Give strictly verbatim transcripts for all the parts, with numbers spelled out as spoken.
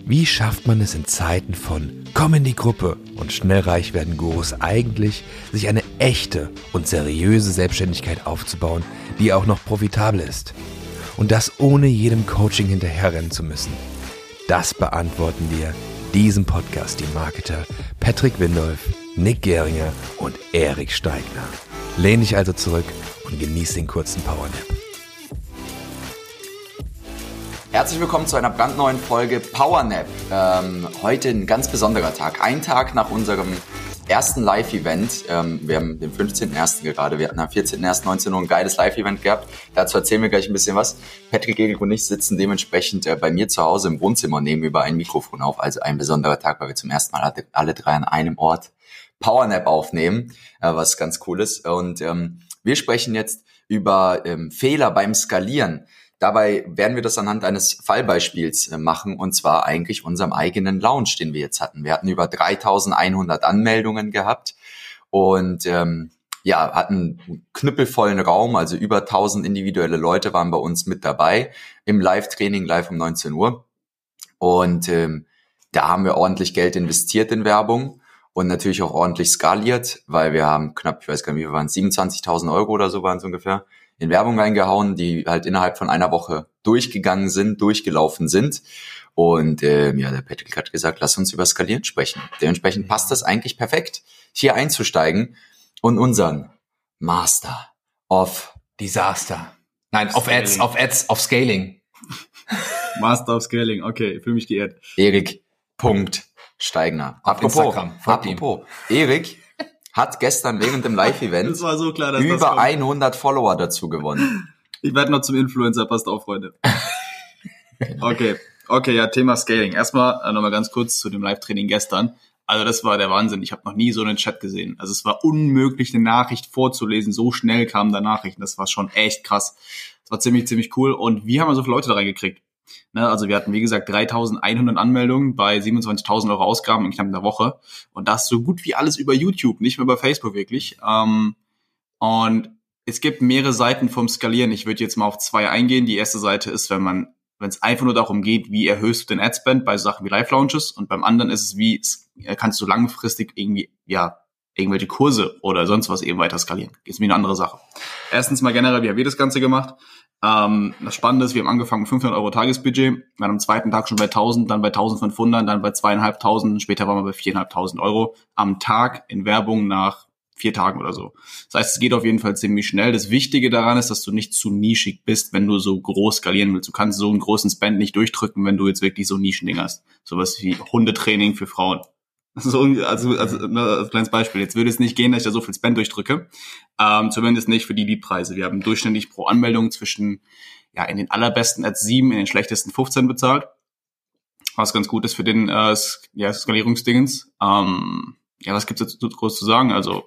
Wie schafft man es in Zeiten von Komm in die Gruppe und schnell reich werden Gurus eigentlich, sich eine echte und seriöse Selbstständigkeit aufzubauen, die auch noch profitabel ist? Und das ohne jedem Coaching hinterherrennen zu müssen. Das beantworten dir diesem Podcast die Marketer Patrick Windolf, Nick Geringer und Erik Steigner. Lehn dich also zurück und genieß den kurzen Powernap. Herzlich willkommen zu einer brandneuen Folge Powernap. Ähm, heute ein ganz besonderer Tag. Ein Tag nach unserem ersten Live-Event. Ähm, wir haben den fünfzehnten ersten gerade. Wir hatten am vierzehnten ersten neunzehn Uhr ein geiles Live-Event gehabt. Dazu erzählen wir gleich ein bisschen was. Patrick, Erik und ich sitzen dementsprechend äh, bei mir zu Hause im Wohnzimmer und nehmen über ein Mikrofon auf. Also ein besonderer Tag, weil wir zum ersten Mal alle, alle drei an einem Ort Powernap aufnehmen, äh, was ganz cool ist. Und ähm, wir sprechen jetzt über ähm, Fehler beim Skalieren. Dabei werden wir das anhand eines Fallbeispiels machen, und zwar eigentlich unserem eigenen Launch, den wir jetzt hatten. Wir hatten über dreitausendeinhundert Anmeldungen gehabt und ähm, ja, hatten einen knüppelvollen Raum, also über tausend individuelle Leute waren bei uns mit dabei im Live-Training, live um neunzehn Uhr. Und ähm, da haben wir ordentlich Geld investiert in Werbung und natürlich auch ordentlich skaliert, weil wir haben knapp, ich weiß gar nicht, wie viel waren es, siebenundzwanzigtausend Euro oder so waren es ungefähr, in Werbung reingehauen, die halt innerhalb von einer Woche durchgegangen sind, durchgelaufen sind. Und ähm, ja, der Patrick hat gesagt, lass uns über Skalieren sprechen. Dementsprechend passt das eigentlich perfekt, hier einzusteigen und unseren Master of Disaster. Nein, auf Ads, auf Ads, auf Scaling. Master of Scaling, okay, fühle mich geehrt. Erik Punkt Steigner. Auf Apropos, Instagram, apropos, Erik hat gestern während dem Live-Event Das war so klar, dass über das kommt. hundert Follower dazu gewonnen. Ich werde noch zum Influencer, passt auf, Freunde. Okay, okay, ja, Thema Scaling. Erstmal äh, nochmal ganz kurz zu dem Live-Training gestern. Also das war der Wahnsinn. Ich habe noch nie so einen Chat gesehen. Also es war unmöglich, eine Nachricht vorzulesen. So schnell kamen da Nachrichten. Das war schon echt krass. Das war ziemlich, ziemlich cool. Und wie haben wir so viele Leute da reingekriegt? Ne, also wir hatten, wie gesagt, dreitausendeinhundert Anmeldungen bei siebenundzwanzigtausend Euro Ausgaben in knapp einer Woche. Und das so gut wie alles über YouTube, nicht mehr über Facebook wirklich. Ähm, und es gibt mehrere Seiten vom Skalieren. Ich würde jetzt mal auf zwei eingehen. Die erste Seite ist, wenn man, wenn es einfach nur darum geht, wie erhöhst du den Adspend bei Sachen wie Live-Launches. Und beim anderen ist es, wie kannst du langfristig irgendwie, ja, irgendwelche Kurse oder sonst was eben weiter skalieren. Ist wie eine andere Sache. Erstens mal generell, wie haben wir das Ganze gemacht? Ähm, das Spannende ist, wir haben angefangen mit fünfhundert Euro Tagesbudget, waren am zweiten Tag schon bei tausend, dann bei eintausendfünfhundert, dann bei zweitausendfünfhundert, später waren wir bei viertausendfünfhundert Euro am Tag in Werbung nach vier Tagen oder so. Das heißt, es geht auf jeden Fall ziemlich schnell. Das Wichtige daran ist, dass du nicht zu nischig bist, wenn du so groß skalieren willst. Du kannst so einen großen Spend nicht durchdrücken, wenn du jetzt wirklich so Nischending hast. Sowas wie Hundetraining für Frauen. So, also, also, ne, als kleines Beispiel. Jetzt würde es nicht gehen, dass ich da so viel Spend durchdrücke. Ähm, zumindest nicht für die Leadpreise. Wir haben durchschnittlich pro Anmeldung zwischen, ja, in den allerbesten Ads sieben, in den schlechtesten fünfzehn bezahlt. Was ganz gut ist für den, äh, ja, Skalierungsdingens. Ähm, ja, was gibt's jetzt groß zu sagen? Also,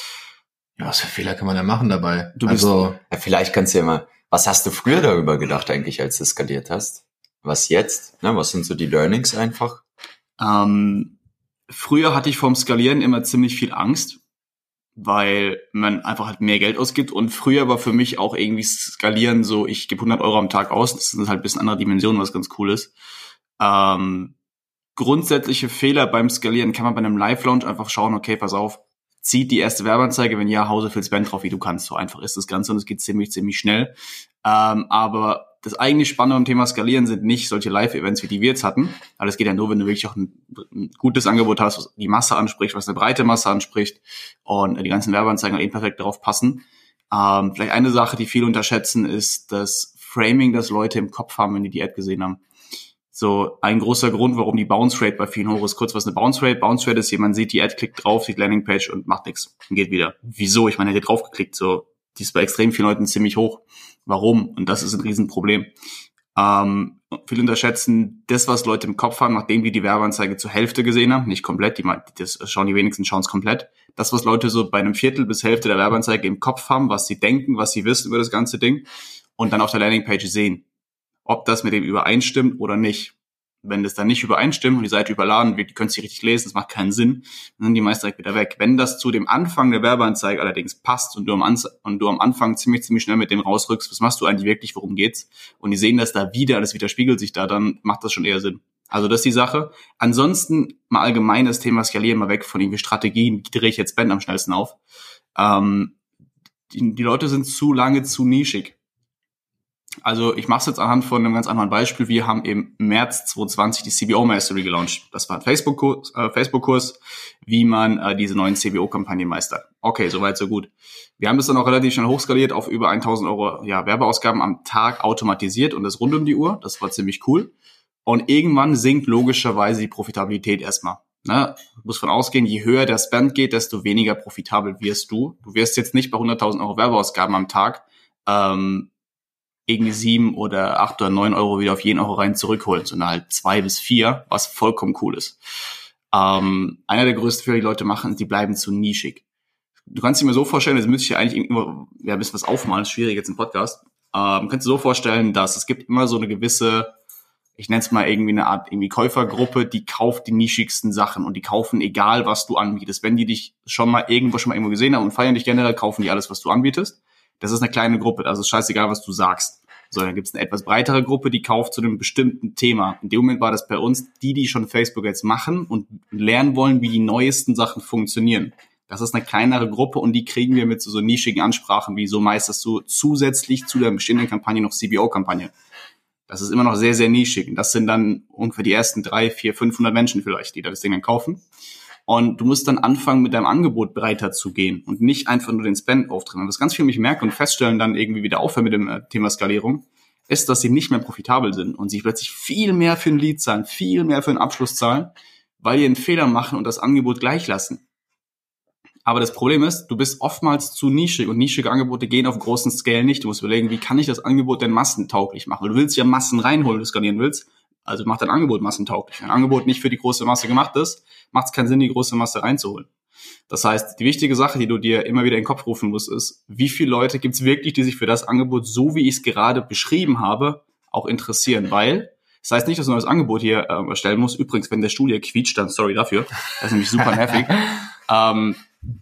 Ja, was für Fehler kann man da machen dabei? Du bist, also, ja, vielleicht kannst du ja mal, was hast du früher darüber gedacht eigentlich, als du skaliert hast? Was jetzt? Ne, was sind so die Learnings einfach? Ähm, früher hatte ich vom Skalieren immer ziemlich viel Angst, weil man einfach halt mehr Geld ausgibt. Und früher war für mich auch irgendwie Skalieren so, ich gebe hundert Euro am Tag aus. Das sind halt ein bisschen andere Dimensionen, was ganz cool ist. Ähm, grundsätzliche Fehler beim Skalieren kann man bei einem Live-Launch einfach schauen, okay, pass auf, zieht die erste Werbeanzeige, wenn ja, hau so viel Spend drauf, wie du kannst. So einfach ist das Ganze und es geht ziemlich, ziemlich schnell. Ähm, aber das eigentlich Spannende am Thema Skalieren sind nicht solche Live-Events, wie die wir jetzt hatten. Aber das geht ja nur, wenn du wirklich auch ein, ein gutes Angebot hast, was die Masse anspricht, was eine breite Masse anspricht und die ganzen Werbeanzeigen eben perfekt darauf passen. Ähm, vielleicht eine Sache, die viele unterschätzen, ist das Framing, das Leute im Kopf haben, wenn die die Ad gesehen haben. So ein großer Grund, warum die Bounce Rate bei vielen hoch ist. Kurz, was eine Bounce Rate? Bounce Rate ist, jemand sieht die Ad, klickt drauf, sieht Landingpage und macht nichts und geht wieder. Wieso? Ich meine, er hat drauf geklickt. So, die ist bei extrem vielen Leuten ziemlich hoch. Warum? Und das ist ein Riesenproblem. Ähm, viele unterschätzen das, was Leute im Kopf haben, nachdem die die Werbeanzeige zur Hälfte gesehen haben. Nicht komplett, die, das schauen die wenigsten, schauen es komplett. Das, was Leute so bei einem Viertel bis Hälfte der Werbeanzeige im Kopf haben, was sie denken, was sie wissen über das ganze Ding und dann auf der Landingpage sehen. Ob das mit dem übereinstimmt oder nicht. Wenn das dann nicht übereinstimmt und die Seite überladen wird, die können es nicht richtig lesen, das macht keinen Sinn, dann sind die meist direkt wieder weg. Wenn das zu dem Anfang der Werbeanzeige allerdings passt und du am, Anz- und du am Anfang ziemlich, ziemlich schnell mit dem rausrückst, was machst du eigentlich wirklich, worum geht's? Und die sehen das da wieder, alles widerspiegelt sich da, dann macht das schon eher Sinn. Also das ist die Sache. Ansonsten mal allgemein das Thema Skalieren mal weg von irgendwie Strategien. Wie drehe ich jetzt Spend am schnellsten auf? Ähm, die, die Leute sind zu lange zu nischig. Also ich mache es jetzt anhand von einem ganz anderen Beispiel. Wir haben im März zwanzig zwanzig die C B O Mastery gelauncht. Das war ein Facebook-Kurs, äh, Facebook-Kurs, wie man äh, diese neuen C B O-Kampagnen meistert. Okay, soweit, so gut. Wir haben das dann auch relativ schnell hochskaliert auf über tausend Euro ja, Werbeausgaben am Tag automatisiert und das rund um die Uhr. Das war ziemlich cool. Und irgendwann sinkt logischerweise die Profitabilität erstmal. Ne? Du musst von ausgehen, je höher der Spend geht, desto weniger profitabel wirst du. Du wirst jetzt nicht bei hunderttausend Euro Werbeausgaben am Tag ähm, irgendwie sieben oder acht oder neun Euro wieder auf jeden Euro rein zurückholen, sondern halt zwei bis vier, was vollkommen cool ist. Ähm, einer der größten Fehler, die Leute machen, ist, die bleiben zu nischig. Du kannst dir mir so vorstellen, das müsste ich ja eigentlich immer ja, ein bisschen was aufmalen, ist schwierig jetzt im Podcast. Ähm, kannst du dir so vorstellen, dass es gibt immer so eine gewisse, ich nenne es mal irgendwie eine Art irgendwie Käufergruppe, die kauft die nischigsten Sachen und die kaufen egal, was du anbietest. Wenn die dich schon mal irgendwo schon mal irgendwo gesehen haben und feiern dich generell, kaufen die alles, was du anbietest. Das ist eine kleine Gruppe, also ist scheißegal, was du sagst. So, dann gibt es eine etwas breitere Gruppe, die kauft zu einem bestimmten Thema. In dem Moment war das bei uns die, die schon Facebook jetzt machen und lernen wollen, wie die neuesten Sachen funktionieren. Das ist eine kleinere Gruppe und die kriegen wir mit so, so nischigen Ansprachen, wie so meisterst du zusätzlich zu der bestehenden Kampagne noch C B O-Kampagne. Das ist immer noch sehr, sehr nischig. Und das sind dann ungefähr die ersten drei, vier, fünfhundert Menschen vielleicht, die da das Ding dann kaufen. Und du musst dann anfangen, mit deinem Angebot breiter zu gehen und nicht einfach nur den Spend auftreten. Und was ganz viele mich merken und feststellen, dann irgendwie wieder aufhören mit dem äh, Thema Skalierung, ist, dass sie nicht mehr profitabel sind und sich plötzlich viel mehr für ein Lead zahlen, viel mehr für einen Abschluss zahlen, weil die einen Fehler machen und das Angebot gleich lassen. Aber das Problem ist, du bist oftmals zu nischig und nischige Angebote gehen auf großen Scale nicht. Du musst überlegen, wie kann ich das Angebot denn massentauglich machen? Weil du willst ja Massen reinholen, wenn du skalieren willst. Also mach dein Angebot massentauglich. Wenn ein Angebot nicht für die große Masse gemacht ist, macht es keinen Sinn, die große Masse reinzuholen. Das heißt, die wichtige Sache, die du dir immer wieder in den Kopf rufen musst, ist, wie viele Leute gibt es wirklich, die sich für das Angebot, so wie ich es gerade beschrieben habe, auch interessieren? Weil, das heißt nicht, dass du ein neues Angebot hier äh, erstellen musst. Übrigens, wenn der Stuhl hier quietscht, dann sorry dafür. Das ist nämlich super nervig. ähm,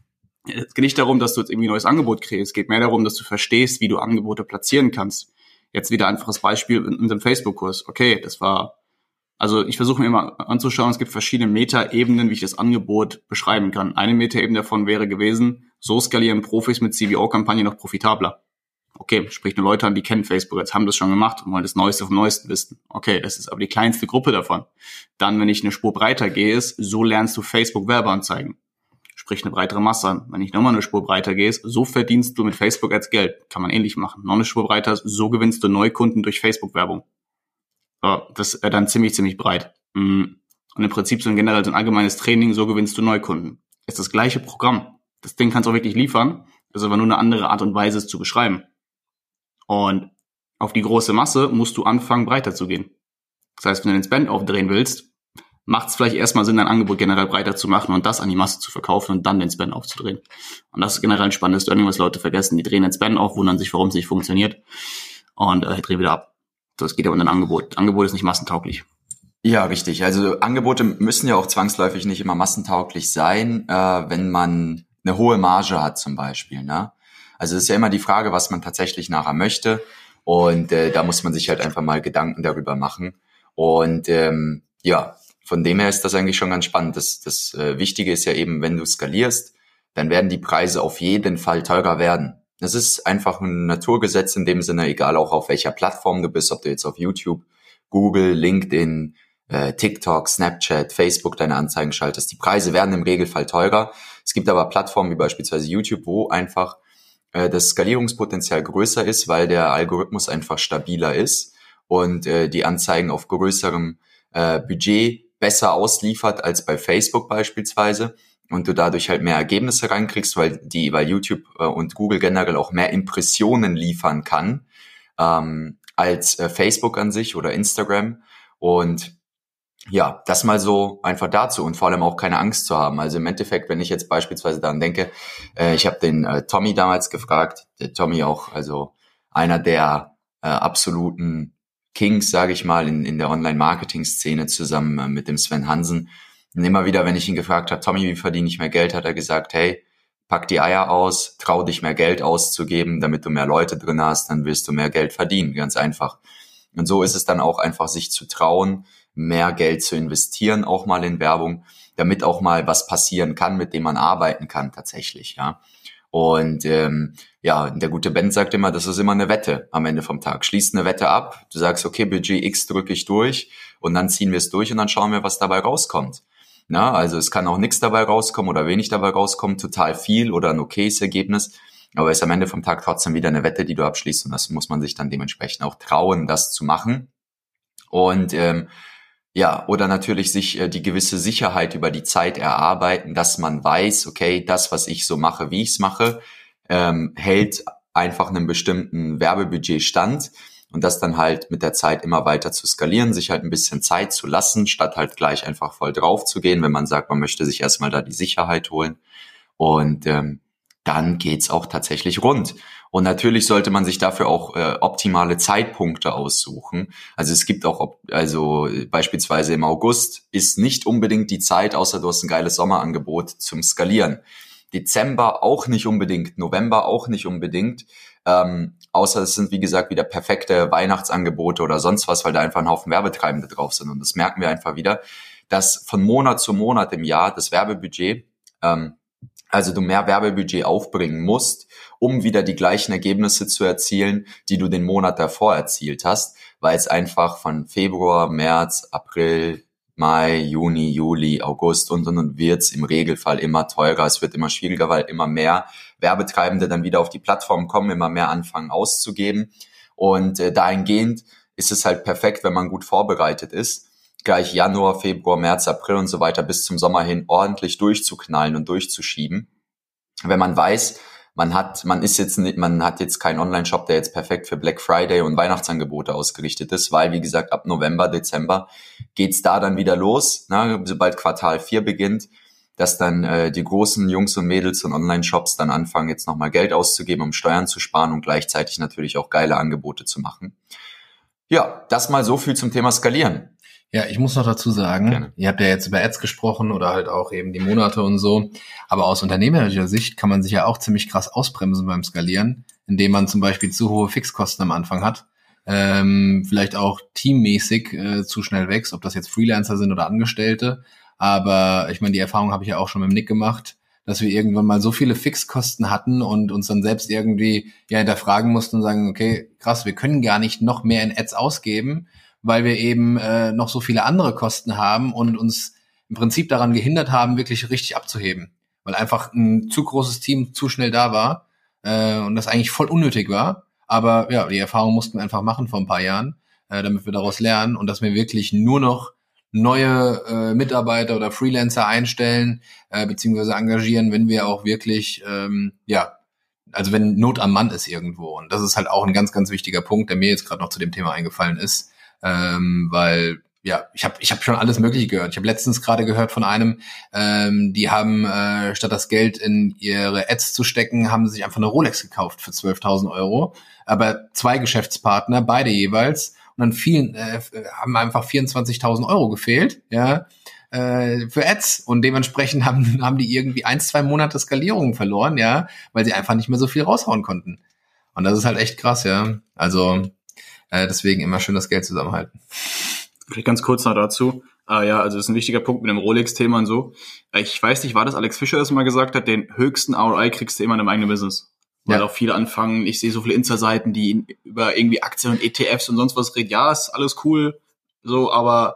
es geht nicht darum, dass du jetzt irgendwie ein neues Angebot kriegst. Es geht mehr darum, dass du verstehst, wie du Angebote platzieren kannst. Jetzt wieder ein einfaches Beispiel in unserem Facebook-Kurs. Okay, das war, also ich versuche mir immer anzuschauen, es gibt verschiedene Meta-Ebenen, wie ich das Angebot beschreiben kann. Eine Meta-Ebene davon wäre gewesen, so skalieren Profis mit C B O-Kampagnen noch profitabler. Okay, sprich nur Leute an, die kennen Facebook, jetzt haben das schon gemacht und wollen das Neueste vom Neuesten wissen. Okay, das ist aber die kleinste Gruppe davon. Dann, wenn ich eine Spur breiter gehe, ist, so lernst du Facebook-Werbeanzeigen. Sprich eine breitere Masse an. Wenn ich nochmal eine Spur breiter gehst, so verdienst du mit Facebook Ads Geld. Kann man ähnlich machen. Noch eine Spur breiter, so gewinnst du Neukunden durch Facebook-Werbung. So, das ist dann ziemlich, ziemlich breit. Und im Prinzip so ein generell so ein allgemeines Training, so gewinnst du Neukunden. Ist das gleiche Programm. Das Ding kannst du auch wirklich liefern, ist aber nur eine andere Art und Weise, es zu beschreiben. Und auf die große Masse musst du anfangen, breiter zu gehen. Das heißt, wenn du den Spend aufdrehen willst, macht es vielleicht erstmal Sinn, dein Angebot generell breiter zu machen und das an die Masse zu verkaufen und dann den Spend aufzudrehen. Und das ist generell ein spannendes Learning, was Leute vergessen. Die drehen den Spend auf, wundern sich, warum es nicht funktioniert und äh, drehen wieder ab. So, es geht ja um ein Angebot. Angebot ist nicht massentauglich. Ja, richtig. Also Angebote müssen ja auch zwangsläufig nicht immer massentauglich sein, äh, wenn man eine hohe Marge hat zum Beispiel. Ne? Also es ist ja immer die Frage, was man tatsächlich nachher möchte und äh, da muss man sich halt einfach mal Gedanken darüber machen. Und ähm, ja, von dem her ist das eigentlich schon ganz spannend. Das, das äh, Wichtige ist ja eben, wenn du skalierst, dann werden die Preise auf jeden Fall teurer werden. Das ist einfach ein Naturgesetz in dem Sinne, egal auch auf welcher Plattform du bist, ob du jetzt auf YouTube, Google, LinkedIn, äh, TikTok, Snapchat, Facebook deine Anzeigen schaltest. Die Preise werden im Regelfall teurer. Es gibt aber Plattformen wie beispielsweise YouTube, wo einfach äh, das Skalierungspotenzial größer ist, weil der Algorithmus einfach stabiler ist und äh, die Anzeigen auf größerem äh, Budget besser ausliefert als bei Facebook beispielsweise und du dadurch halt mehr Ergebnisse reinkriegst, weil die, weil YouTube äh, und Google generell auch mehr Impressionen liefern kann ähm, als äh, Facebook an sich oder Instagram. Und ja, das mal so einfach dazu und vor allem auch keine Angst zu haben. Also im Endeffekt, wenn ich jetzt beispielsweise daran denke, äh, ich habe den äh, Tommy damals gefragt, der Tommy auch, also einer der äh, absoluten Kings, sage ich mal, in, in der Online-Marketing-Szene zusammen äh, mit dem Sven Hansen. Und immer wieder, wenn ich ihn gefragt habe, Tommy, wie verdiene ich mehr Geld, hat er gesagt, hey, pack die Eier aus, trau dich mehr Geld auszugeben, damit du mehr Leute drin hast, dann wirst du mehr Geld verdienen, ganz einfach. Und so ist es dann auch einfach, sich zu trauen, mehr Geld zu investieren, auch mal in Werbung, damit auch mal was passieren kann, mit dem man arbeiten kann tatsächlich, ja. Und ähm, ja, der gute Ben sagt immer, das ist immer eine Wette am Ende vom Tag. Schließt eine Wette ab, du sagst, okay, Budget X drücke ich durch und dann ziehen wir es durch und dann schauen wir, was dabei rauskommt. Na, also es kann auch nichts dabei rauskommen oder wenig dabei rauskommen, total viel oder ein okayes Ergebnis, aber es ist am Ende vom Tag trotzdem wieder eine Wette, die du abschließt und das muss man sich dann dementsprechend auch trauen, das zu machen. Und ähm, ja, oder natürlich sich äh, die gewisse Sicherheit über die Zeit erarbeiten, dass man weiß, okay, das, was ich so mache, wie ich es mache, ähm, hält einfach einem bestimmten Werbebudget stand und das dann halt mit der Zeit immer weiter zu skalieren, sich halt ein bisschen Zeit zu lassen, statt halt gleich einfach voll drauf zu gehen, wenn man sagt, man möchte sich erstmal da die Sicherheit holen und ähm, dann geht's auch tatsächlich rund. Und natürlich sollte man sich dafür auch äh, optimale Zeitpunkte aussuchen. Also es gibt auch, also beispielsweise im August ist nicht unbedingt die Zeit, außer du hast ein geiles Sommerangebot zum Skalieren. Dezember auch nicht unbedingt, November auch nicht unbedingt, ähm, außer es sind wie gesagt wieder perfekte Weihnachtsangebote oder sonst was, weil da einfach ein Haufen Werbetreibende drauf sind. Und das merken wir einfach wieder, dass von Monat zu Monat im Jahr das Werbebudget, ähm, also du mehr Werbebudget aufbringen musst, um wieder die gleichen Ergebnisse zu erzielen, die du den Monat davor erzielt hast, weil es einfach von Februar, März, April, Mai, Juni, Juli, August und und und wird's im Regelfall immer teurer. Es wird immer schwieriger, weil immer mehr Werbetreibende dann wieder auf die Plattform kommen, immer mehr anfangen auszugeben. Und äh, dahingehend ist es halt perfekt, wenn man gut vorbereitet ist, gleich Januar, Februar, März, April und so weiter bis zum Sommer hin ordentlich durchzuknallen und durchzuschieben. Wenn man weiß, man hat, man ist jetzt nicht, man hat jetzt keinen Online-Shop, der jetzt perfekt für Black Friday und Weihnachtsangebote ausgerichtet ist, weil, wie gesagt, ab November, Dezember geht's da dann wieder los, ne, sobald Quartal vier beginnt, dass dann äh, die großen Jungs und Mädels und Online-Shops dann anfangen, jetzt nochmal Geld auszugeben, um Steuern zu sparen und gleichzeitig natürlich auch geile Angebote zu machen. Ja, das mal so viel zum Thema Skalieren. Ja, ich muss noch dazu sagen, Gerne. Ihr habt ja jetzt über Ads gesprochen oder halt auch eben die Monate und so, aber aus unternehmerischer Sicht kann man sich ja auch ziemlich krass ausbremsen beim Skalieren, indem man zum Beispiel zu hohe Fixkosten am Anfang hat, ähm, vielleicht auch teammäßig äh, zu schnell wächst, ob das jetzt Freelancer sind oder Angestellte, aber ich meine, die Erfahrung habe ich ja auch schon mit dem Nick gemacht, dass wir irgendwann mal so viele Fixkosten hatten und uns dann selbst irgendwie ja hinterfragen mussten und sagen, okay, krass, wir können gar nicht noch mehr in Ads ausgeben, weil wir eben äh, noch so viele andere Kosten haben und uns im Prinzip daran gehindert haben, wirklich richtig abzuheben. Weil einfach ein zu großes Team zu schnell da war äh, und das eigentlich voll unnötig war. Aber ja, die Erfahrung mussten wir einfach machen vor ein paar Jahren, äh, damit wir daraus lernen und dass wir wirklich nur noch neue äh, Mitarbeiter oder Freelancer einstellen äh, beziehungsweise engagieren, wenn wir auch wirklich, ähm, ja, also wenn Not am Mann ist irgendwo. Und das ist halt auch ein ganz, ganz wichtiger Punkt, der mir jetzt gerade noch zu dem Thema eingefallen ist. Ähm, weil ja, ich habe ich hab schon alles Mögliche gehört. Ich habe letztens gerade gehört von einem, ähm, die haben äh, statt das Geld in ihre Ads zu stecken, haben sie sich einfach eine Rolex gekauft für zwölftausend Euro. Aber zwei Geschäftspartner, beide jeweils, und dann vielen äh, haben einfach vierundzwanzigtausend Euro gefehlt, ja, äh, für Ads. Und dementsprechend haben haben die irgendwie ein, zwei Monate Skalierung verloren, ja, weil sie einfach nicht mehr so viel raushauen konnten. Und das ist halt echt krass, ja. Also Äh, deswegen immer schön das Geld zusammenhalten. Vielleicht ganz kurz noch dazu. Ah ja, also das ist ein wichtiger Punkt mit dem Rolex-Thema und so. Ich weiß nicht, war das Alex Fischer, das mal gesagt hat, den höchsten R O I kriegst du immer in deinem eigenen Business. Weil ja. auch viele anfangen, ich sehe so viele Insta-Seiten, die über irgendwie Aktien und E T Fs und sonst was reden. Ja, ist alles cool, so, aber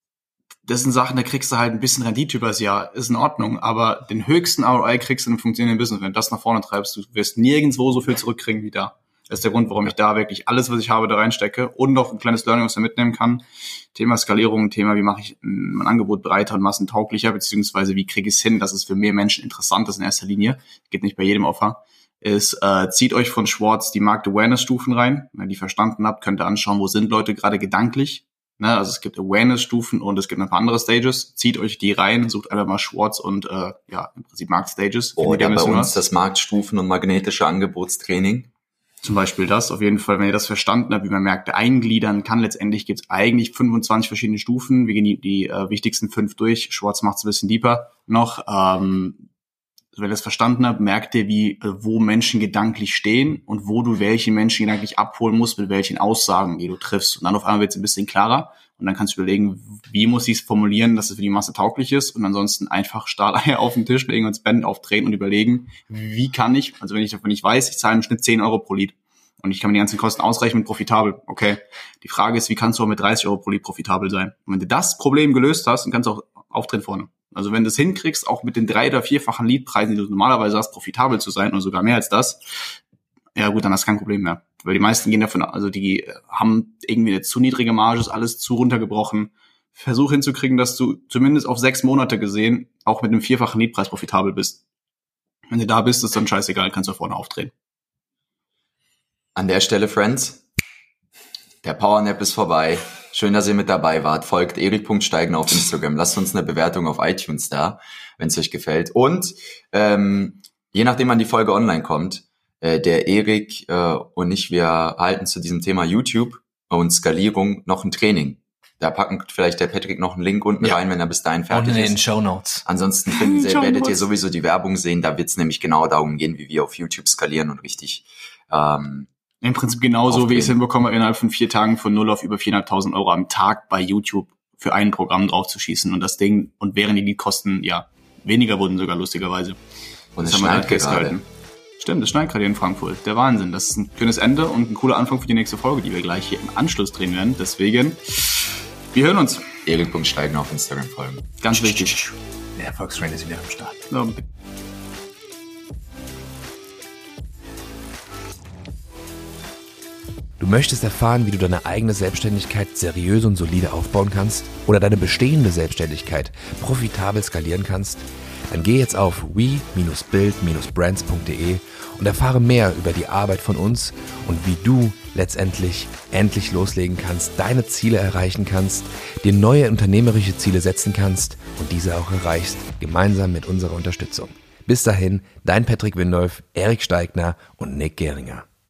das sind Sachen, da kriegst du halt ein bisschen Rendite übers Jahr, ist in Ordnung, aber den höchsten R O I kriegst du in einem funktionierenden Business. Wenn du das nach vorne treibst, du wirst nirgendwo so viel zurückkriegen wie da. Das ist der Grund, warum ich da wirklich alles, was ich habe, da reinstecke und noch ein kleines Learning, was man mitnehmen kann. Thema Skalierung, Thema, wie mache ich mein Angebot breiter und massentauglicher, beziehungsweise wie kriege ich es hin, dass es für mehr Menschen interessant ist in erster Linie. Geht nicht bei jedem Offer. Ist, äh, zieht euch von Schwartz die Markt-Awareness-Stufen rein. Wenn ihr die verstanden habt, könnt ihr anschauen, wo sind Leute gerade gedanklich. Ne? Also es gibt Awareness-Stufen und es gibt ein paar andere Stages. Zieht euch die rein, sucht einfach mal Schwartz und äh, ja, im Prinzip Markt-Stages. Oder bei uns was. Das Marktstufen- und magnetische Angebotstraining. Zum Beispiel das, auf jeden Fall, wenn ihr das verstanden habt, wie man Märkte eingliedern kann, letztendlich gibt es eigentlich fünfundzwanzig verschiedene Stufen. Wir gehen die, die äh, wichtigsten fünf durch. Schwartz macht es ein bisschen deeper noch. Ähm, wenn ihr das verstanden habt, merkt ihr, wie, wo Menschen gedanklich stehen und wo du welche Menschen gedanklich abholen musst, mit welchen Aussagen, die du triffst. Und dann auf einmal wird es ein bisschen klarer und dann kannst du überlegen, wie muss ich es formulieren, dass es für die Masse tauglich ist und ansonsten einfach Stahleier auf den Tisch legen und das Band aufdrehen und überlegen, wie kann ich, also wenn ich davon nicht weiß, ich zahle im Schnitt zehn Euro pro Lied und ich kann mir die ganzen Kosten ausrechnen mit profitabel, okay. Die Frage ist, wie kannst du auch mit dreißig Euro pro Lied profitabel sein? Und wenn du das Problem gelöst hast, dann kannst du auch aufdrehen vorne. Also wenn du es hinkriegst, auch mit den drei- oder vierfachen Liedpreisen, die du normalerweise hast, profitabel zu sein oder sogar mehr als das, ja gut, dann hast du kein Problem mehr. Weil die meisten gehen davon, also die haben irgendwie eine zu niedrige Marge, ist alles zu runtergebrochen. Versuch hinzukriegen, dass du zumindest auf sechs Monate gesehen auch mit einem vierfachen Liedpreis profitabel bist. Wenn du da bist, ist dann scheißegal, kannst du vorne aufdrehen. An der Stelle, Friends, der Powernap ist vorbei. Schön, dass ihr mit dabei wart. Folgt erik punkt steigner auf Instagram. Lasst uns eine Bewertung auf iTunes da, wenn es euch gefällt. Und ähm, je nachdem, wann die Folge online kommt, äh, der Erik äh, und ich, wir halten zu diesem Thema YouTube und Skalierung noch ein Training. Da packen vielleicht der Patrick noch einen Link unten ja. rein, wenn er bis dahin fertig ist. Und in den Shownotes. Ansonsten finden, werdet ihr sowieso die Werbung sehen. Da wird es nämlich genau darum gehen, wie wir auf YouTube skalieren und richtig ähm, im Prinzip genauso, wie ich es hinbekomme, innerhalb von vier Tagen von null auf über viereinhalbtausend Euro am Tag bei YouTube für ein Programm draufzuschießen und das Ding, und während die Liedkosten, ja, weniger wurden sogar lustigerweise. Und es schneit gerade. Stimmt, es schneit gerade in Frankfurt. Der Wahnsinn. Das ist ein schönes Ende und ein cooler Anfang für die nächste Folge, die wir gleich hier im Anschluss drehen werden. Deswegen, wir hören uns. erik punkt steigner auf Instagram folgen. Ganz wichtig. Der Erfolgstrain ist wieder am Start. Ja. Du möchtest erfahren, wie du deine eigene Selbstständigkeit seriös und solide aufbauen kannst oder deine bestehende Selbstständigkeit profitabel skalieren kannst? Dann geh jetzt auf we dash build dash brands punkt de und erfahre mehr über die Arbeit von uns und wie du letztendlich endlich loslegen kannst, deine Ziele erreichen kannst, dir neue unternehmerische Ziele setzen kannst und diese auch erreichst, gemeinsam mit unserer Unterstützung. Bis dahin, dein Patrick Windolf, Erik Steigner und Nick Geringer.